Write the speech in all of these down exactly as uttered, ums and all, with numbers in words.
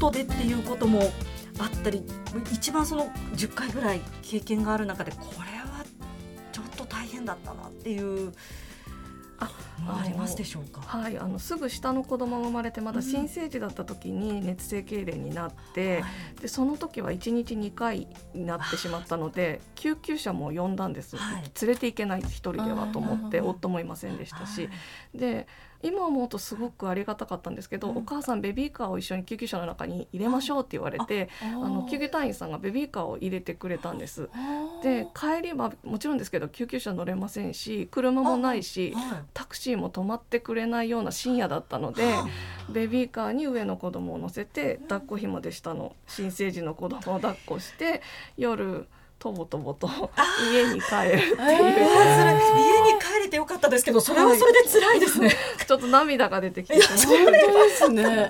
外でっていうこともあったり、一番そのじゅっかいぐらい経験がある中でこれはちょっと大変だったなっていうあありますでしょうか。 はい、あのすぐ下の子供が生まれてまだ新生児だった時に熱性痙攣になって、うん、でその時はいちにちにかいになってしまったので救急車も呼んだんです、はい、連れて行けない一人ではと思って夫もいませんでしたし、はい、で今思うとすごくありがたかったんですけど、うん、お母さんベビーカーを一緒に救急車の中に入れましょうって言われて、ああの救急隊員さんがベビーカーを入れてくれたんです。で帰りはもちろんですけど救急車乗れませんし車もないしタクシーも止まってくれないような深夜だったので、ベビーカーに上の子供を乗せて抱っこ紐で下の新生児の子供を抱っこして夜とぼとぼと家に帰るっていう、えー、家に帰れてよかったですけどそれはそれで辛いですね、はい、 ちょっと涙が出てきて本当ですねえー、なんか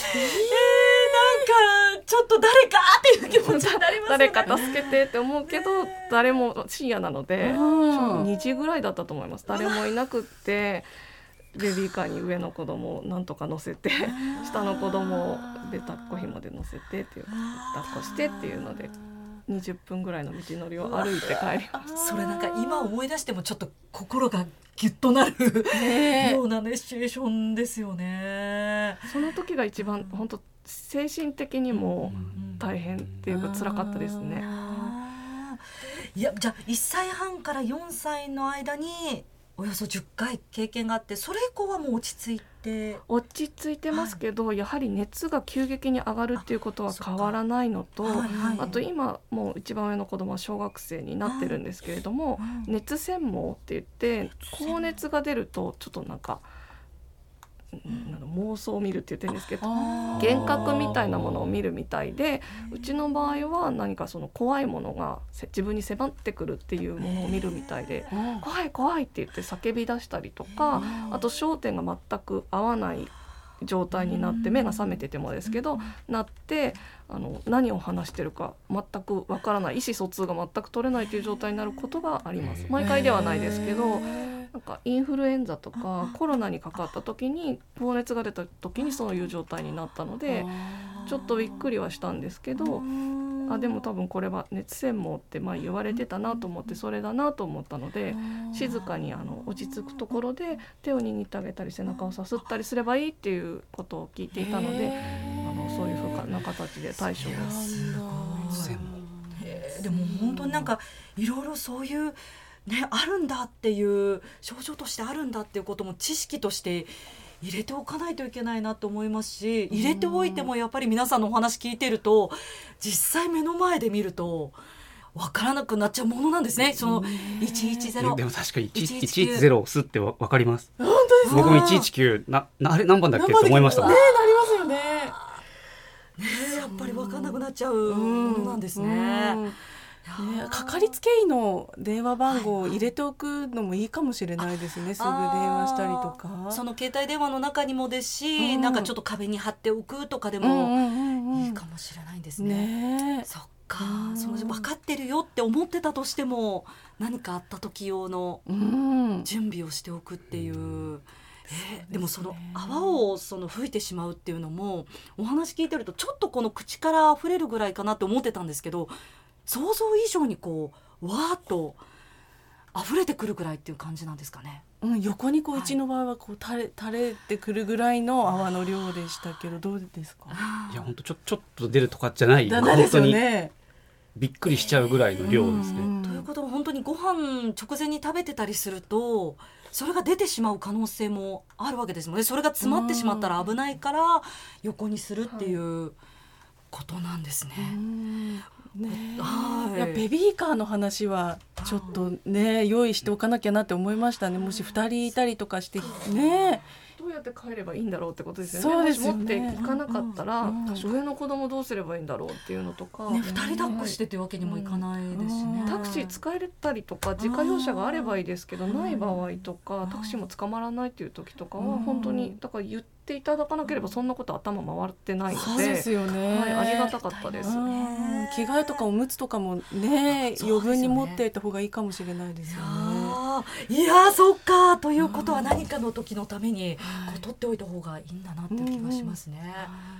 ちょっと誰かっていう気持ちになりますね。 誰か助けてって思うけど、えー、誰も深夜なのでにじぐらいだったと思います。誰もいなくってベビーカーに上の子供をなんとか乗せて下の子供で抱っこ紐で乗せてっていう抱っこしてっていうのでにじゅっぷんぐらいの道のりを歩いて帰りました。 それなんか今思い出してもちょっと心がギュッとなる、ね、ような、ね、シチュエーションですよね。 その時が一番本当精神的にも大変っていうか辛かったですね。 いやじゃあいっさいはんからよんさいの間におよそじゅっかい経験があって、それ以降はもう落ち着いて落ち着いてますけど、はい、やはり熱が急激に上がるっていうことは変わらないのと、 あ,、はいはい、あと今もう一番上の子供は小学生になってるんですけれども、うん、熱専門って言って高熱が出るとちょっとなんか妄想を見るって言ってるんですけど幻覚みたいなものを見るみたいで、うちの場合は何かその怖いものが自分に迫ってくるっていうものを見るみたいで、怖い怖いって言って叫び出したりとか、あと焦点が全く合わない状態になって目が覚めててもですけどなってあの何を話してるか全くわからない、意思疎通が全く取れないという状態になることがあります。毎回ではないですけど、なんかインフルエンザとかコロナにかかった時に高熱が出た時にそういう状態になったのでちょっとびっくりはしたんですけど、あでも多分これは熱専門って前言われてたなと思ってそれだなと思ったので、静かにあの落ち着くところで手を握ってあげたり背中をさすったりすればいいっていうことを聞いていたので、あのそういうふうな形で対処を。 でも本当になんかいろいろそういうね、あるんだっていう症状としてあるんだっていうことも知識として入れておかないといけないなと思いますし、入れておいてもやっぱり皆さんのお話聞いてると実際目の前で見ると分からなくなっちゃうものなんですね。そのいちいちゼロでも確かにいちいちゼロをすって分かります。 本当ですか。 僕もいちいちきゅう な, なあれ何番だっけと思いましたもん。 ねなりますよね。ねやっぱり分からなくなっちゃうものなんですね。 ね、かかりつけ医の電話番号を入れておくのもいいかもしれないですね、はい、すぐ電話したりとかその携帯電話の中にもですし、うん、なんかちょっと壁に貼っておくとかでもいいかもしれないんですね、ねそっか、うん、その分かってるよって思ってたとしても何かあった時用の準備をしておくっていう、うんえー、でもその泡をその吹いてしまうっていうのもお話聞いてるとちょっとこの口から溢れるぐらいかなって思ってたんですけど、想像以上にこうわーっと溢れてくるぐらいっていう感じなんですかね、 うん、横にこう、はい、うちの場合はこう垂れ、垂れてくるぐらいの泡の量でしたけどどうですか。 いや本当ちょ、ちょっと出るとかじゃないだですよ、ね、 本当にびっくりしちゃうぐらいの量ですね、 うんうん、ということは本当にご飯直前に食べてたりするとそれが出てしまう可能性もあるわけですもんね。それが詰まってしまったら危ないから横にするっていうことなんですね、 うんねはい、 いやベビーカーの話はちょっとね用意しておかなきゃなって思いましたね。もしふたりいたりとかしてねどうやって帰ればいいんだろうってことですよね。 そうですよね。 もし持っていかなかったら、うんうん、上の子供どうすればいいんだろうっていうのとか、 ね、ふたり抱っこしてっていうわけにもいかないですしね、 うん、タクシー使えたりとか自家用車があればいいですけどない場合とかタクシーも捕まらないっていう時とかは本当にだから言っていただかなければそんなこと頭回ってないので、 そうですよね、 はい、ありがたかったです、 ね、着替えとかおむつとかもね余分に持っていた方がいいかもしれないですよね。 いやそっかということは何かの時のためにこう取っておいた方がいいんだなっていう気がしますね。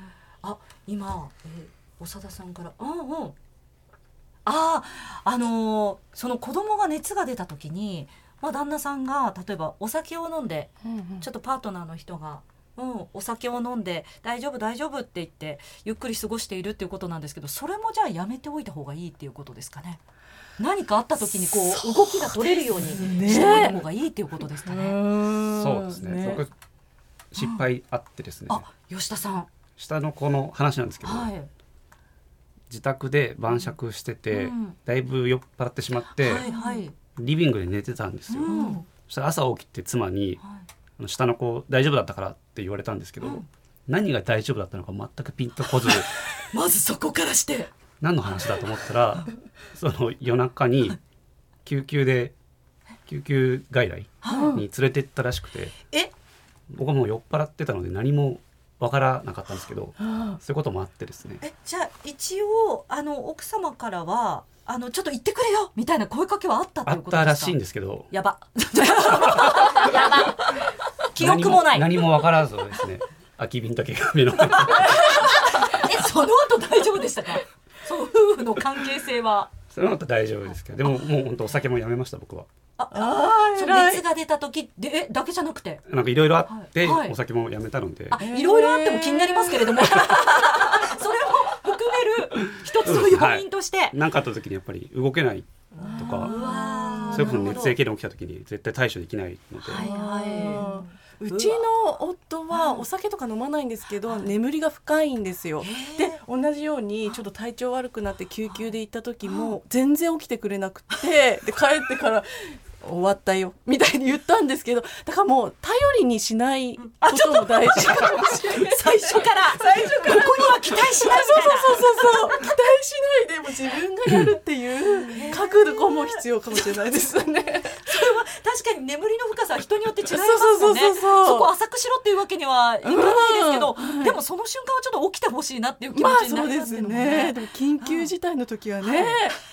あ今、えー、長田さんからうんうんああのー、その子供が熱が出た時に、まあ、旦那さんが例えばお酒を飲んで、うんうん、ちょっとパートナーの人が、うん、お酒を飲んで大丈夫大丈夫って言ってゆっくり過ごしているっていうことなんですけど、それもじゃあやめておいた方がいいっていうことですかね。何かあった時にこう動きが取れるようにしておいた方がいいっていうことですかね。 そうですね、ね僕失敗あってですね、 あ吉田さん下の子の話なんですけど、はい、自宅で晩酌してて、うん、だいぶ酔っ払ってしまって、はいはい、リビングで寝てたんですよ、うん、そしたら朝起きて妻に、はい、あの下の子大丈夫だったからって言われたんですけど、うん、何が大丈夫だったのか全くピンとこずまずそこからして何の話だと思ったらその夜中に救急で救急外来に連れて行ったらしくて、え僕はもう酔っ払ってたので何もわからなかったんですけど、そういうこともあってですね。 えじゃあ一応あの奥様からはあのちょっと言ってくれよみたいな声かけはあったっていうことですか。 あったらしいんですけど、 やばやば記憶もない何もわからずですね空き瓶だけが目の前にえその後大丈夫でしたか。その夫婦の関係性はその後大丈夫ですけど、でももう本当お酒もやめました僕は。 ああその熱が出た時でえだけじゃなくてなんかいろいろあって、はい、お酒もやめたので、 あいろいろあっても気になりますけれどもそれも含める一つの要因として、 何、はい、かあった時にやっぱり動けないとか、それこそ熱性痙攣起きた時に絶対対処できないので、はいはいうちの夫はお酒とか飲まないんですけど、はい、眠りが深いんですよ。で同じようにちょっと体調悪くなって救急で行った時も全然起きてくれなくてで帰ってから終わったよみたいに言ったんですけど、だからもう頼りにしないことも大事かもしれない最初から最初からここには期待しないみたいなそうそうそうそう期待しないでも自分がやるっていう覚悟も必要かもしれないですねそれは確かに眠りの深さは人によって違いますもんね。そうそうそうそうそこ浅くしろっていうわけにはいかないですけど、うん、でもその瞬間はちょっと起きてほしいなっていう気持ちになりますけどね、まあ、そうですね。 でも緊急事態の時はね、はい、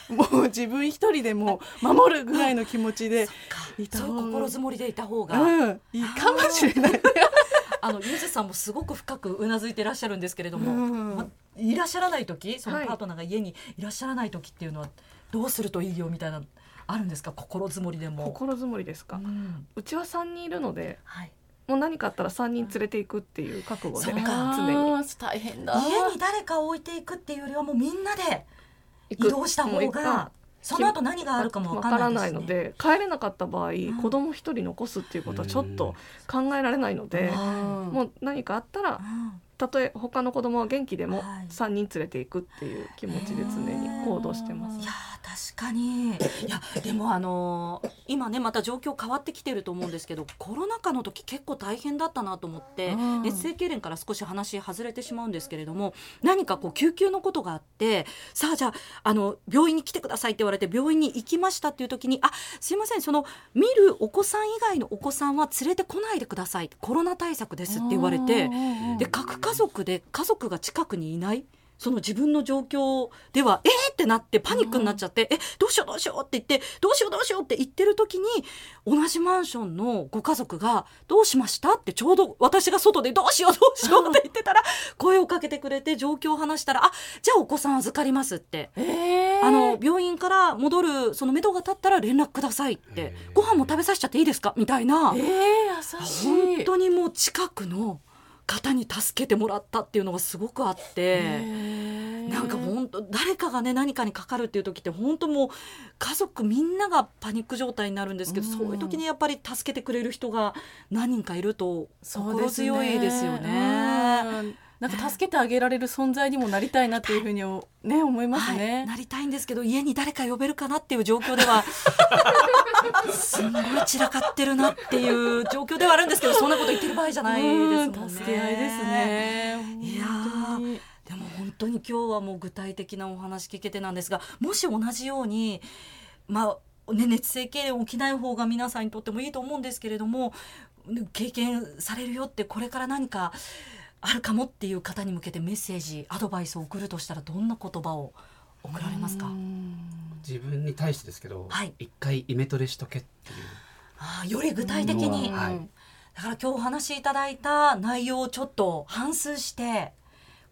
もう自分一人でも守るぐらいの気持ちでいた方がそういう心づもりでいた方が、 うん、いいかもしれないあのゆずさんもすごく深くうなずいてらっしゃるんですけれども、うんま、いらっしゃらない時そのパートナーが家にいらっしゃらない時っていうのはどうするといいよみたいなあるんですか。心づもりでも。 心づもりですか、うん、うちはさんにんいるので、はい、もう何かあったらさんにん連れていくっていう覚悟で、うん、常に大変だ。 家に誰かを置いていくっていうよりはもうみんなで移動した方がその後何があるかも分からないですね。 わからないので帰れなかった場合、うん、子供一人残すっていうことはちょっと考えられないので、うん、もう何かあったら、うん、たとえ他の子供は元気でもさんにん連れていくっていう気持ちで常に行動してます。 いや確かにいやでもあのー、今ねまた状況変わってきてると思うんですけど、コロナ禍の時結構大変だったなと思って、うん、熱性痙攣から少し話外れてしまうんですけれども、何かこう救急のことがあってさあじゃあ、あの病院に来てくださいって言われて病院に行きましたっていう時に、あすいませんその見るお子さん以外のお子さんは連れてこないでください、コロナ対策ですって言われて、で各家族で家族が近くにいないその自分の状況ではえーってなってパニックになっちゃって、えどうしようどうしようって言ってどうしようどうしようって言ってる時に同じマンションのご家族がどうしましたってちょうど私が外でどうしようどうしようって言ってたら声をかけてくれて状況を話したら、あじゃあお子さん預かりますって、えー、あの病院から戻るその目処が立ったら連絡くださいって、ご飯も食べさせちゃっていいですかみたいな、 えー、優しい。 本当にもう近くの方に助けてもらったっていうのがすごくあって、なんか本当誰かがね何かにかかるっていう時って本当もう家族みんながパニック状態になるんですけど、うん、そういう時にやっぱり助けてくれる人が何人かいると心強いですよね。 なんか助けてあげられる存在にもなりたいなっていうふうに、ね、思いますね、 はい、なりたいんですけど家に誰か呼べるかなっていう状況ではすんごい散らかってるなっていう状況ではあるんですけど、そんなこと言ってる場合じゃないですもんね。 助け合いですね。 いやでも本当に今日はもう具体的なお話聞けてなんですが、もし同じようにまあね、熱性痙攣起きない方が皆さんにとってもいいと思うんですけれども、経験されるよってこれから何かあるかもっていう方に向けてメッセージアドバイスを送るとしたらどんな言葉を送られますか。 自分に対してですけど、はい、一回イメトレしとけっていう、 あより具体的に、はい、だから今日お話しいただいた内容をちょっと反芻して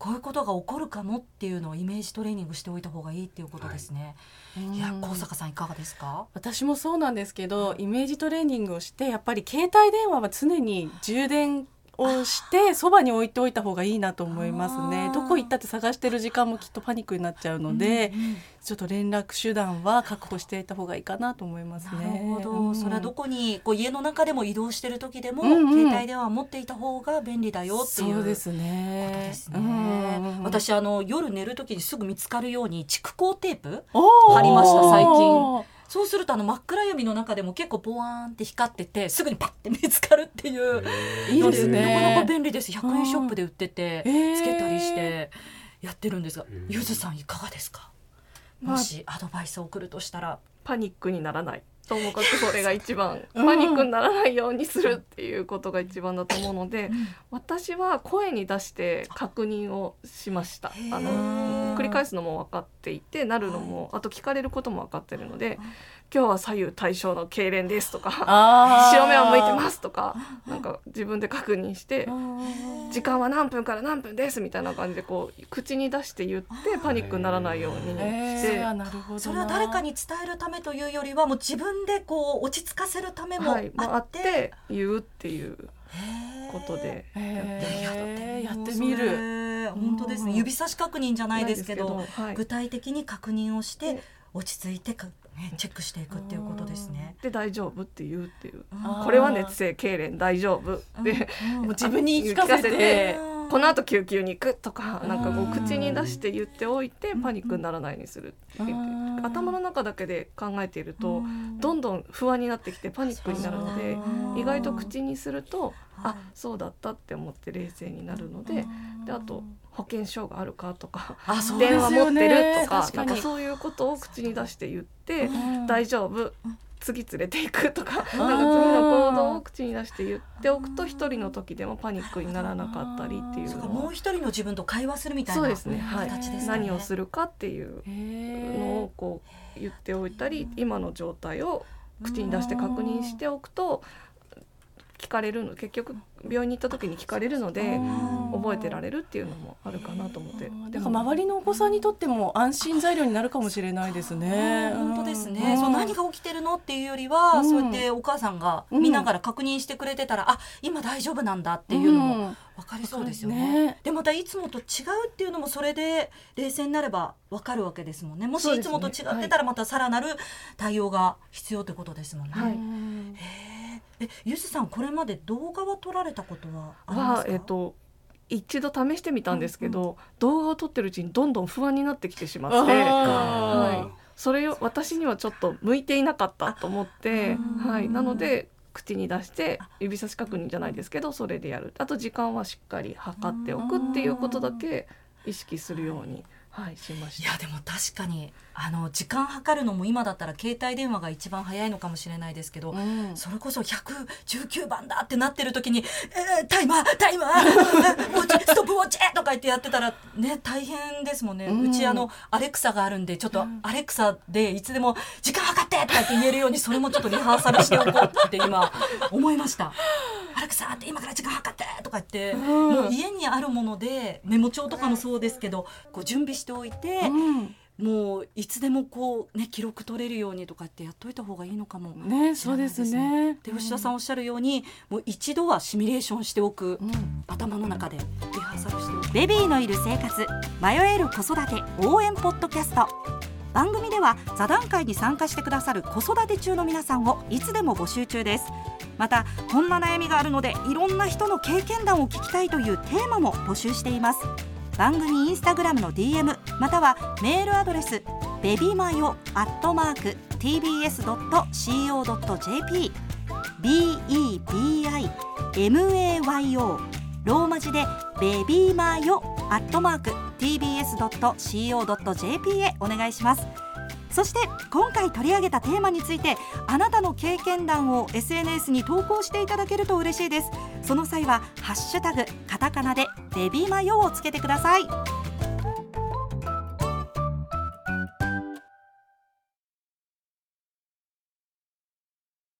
こういうことが起こるかもっていうのをイメージトレーニングしておいた方がいいっていうことですね、はい、いや高坂さんいかがですか？ 私もそうなんですけど、イメージトレーニングをしてやっぱり携帯電話は常に充電をしてそばに置いておいた方がいいなと思いますね。どこ行ったって探してる時間もきっとパニックになっちゃうので、うんうん、ちょっと連絡手段は確保していた方がいいかなと思いますね。 なるほど、うん、それはどこにこう家の中でも移動してる時でも、うんうん、携帯電話を持っていた方が便利だよっていうことですね。そうですね、うんうん、私あの夜寝る時にすぐ見つかるように蓄光テープ貼りました最近。そうするとあの真っ暗闇の中でも結構ポワーンって光っててすぐにパッて見つかるっていういいですね。 なかなか便利です。ひゃくえんショップで売っててつけたりしてやってるんですが、ゆずさんいかがですか？もしアドバイスを送るとしたら。 パニックにならない、ともかくそれが一番パニックにならないようにするっていうことが一番だと思うので、私は声に出して確認をしました。あの繰り返すのも分かっていて、なるのもあと聞かれることも分かってるので、今日は左右対称の痙攣ですとか白目は向いてますとか、なんか自分で確認して時間は何分から何分ですみたいな感じでこう口に出して言ってパニックにならないようにして、 なるほど。 それは誰かに伝えるためというよりはもう自分でこう落ち着かせるためもあって、 はい、あって言うっていうことでやってみる。 本当ですね。指差し確認じゃないですけど、ですけど、はい、具体的に確認をして落ち着いてかね、チェックしていくっていうことですね。 で大丈夫って言うっていう、これは熱性痙攣大丈夫で、 うんうん、もう自分に言い聞かせて、 てこの後救急に行くとか、なんかこう口に出して言っておいてパニックにならないようにするっていう、頭の中だけで考えているとどんどん不安になってきてパニックになるので、意外と口にするとあそうだったって思って冷静になるので、であと保険証があるかとか、 あ、そうですよね、 電話持ってるとか、なんかそういうことを口に出して言って、大丈夫次連れていくとか、なんか次の行動を口に出して言っておくと一人の時でもパニックにならなかったりっていうのを、 もう一人の自分と会話するみたいな形ですね。 はい、何をするかっていうのをこう言っておいたり、今の状態を口に出して確認しておくと聞かれるの、結局病院に行った時に聞かれるので覚えてられるっていうのもあるかなと思って、 だから周りのお子さんにとっても安心材料になるかもしれないですね。 本当ですね。そう、何が起きてるのっていうよりは、うん、そうやってお母さんが見ながら確認してくれてたら、うん、あ、今大丈夫なんだっていうのも分かりそうですよね、ね。でまたいつもと違うっていうのもそれで冷静になれば分かるわけですもんね。もしいつもと違ってたらまたさらなる対応が必要ってことですもんね、はい。へー、え、ゆずさんこれまで動画は撮られたことはありますか？ は、えーと、一度試してみたんですけど、うんうん、動画を撮ってるうちにどんどん不安になってきてしまって、はい、それを私にはちょっと向いていなかったと思って、はい、なので口に出して指差し確認じゃないですけどそれでやる。あと時間はしっかり測っておくっていうことだけ意識するように、はい、しました。 いやでも確かにあの時間測るのも今だったら携帯電話が一番早いのかもしれないですけど、うん、それこそひゃくじゅうきゅうばんだってなってる時に、えー、タイマータイマーウォッチストップウォッチとか言ってやってたらね大変ですもんね、うん、うちあのアレクサがあるんでちょっとアレクサでいつでも時間測ってとかって言えるようにそれもちょっとリハーサルしておこうって今思いました。アレクサって今から時間測ってとか言って、うん、もう家にあるものでメモ帳とかもそうですけどこう準備しておいて、うん、もういつでもこう、ね、記録取れるようにとかってやっといた方がいいのかもしれないですね。 ね、そうですね。 で吉田さんおっしゃるようにもう一度はシミュレーションしておく、うん、頭の中でリハーサルしておく。ベビーのいる生活迷える子育て応援ポッドキャスト。番組では座談会に参加してくださる子育て中の皆さんをいつでも募集中です。またこんな悩みがあるのでいろんな人の経験談を聞きたいというテーマも募集しています。番組インスタグラムの ディーエム またはメールアドレスベビマヨアットマーク ティービーエスドットシーオードットジェーピー ビーイービーアイエムエーワイオー ローマ字でベビーマヨアットマーク ティービーエスドットシーオードットジェーピー へお願いします。そして今回取り上げたテーマについてあなたの経験談を エスエヌエス に投稿していただけると嬉しいです。その際はハッシュタグカタカナでベビーマヨをつけてください。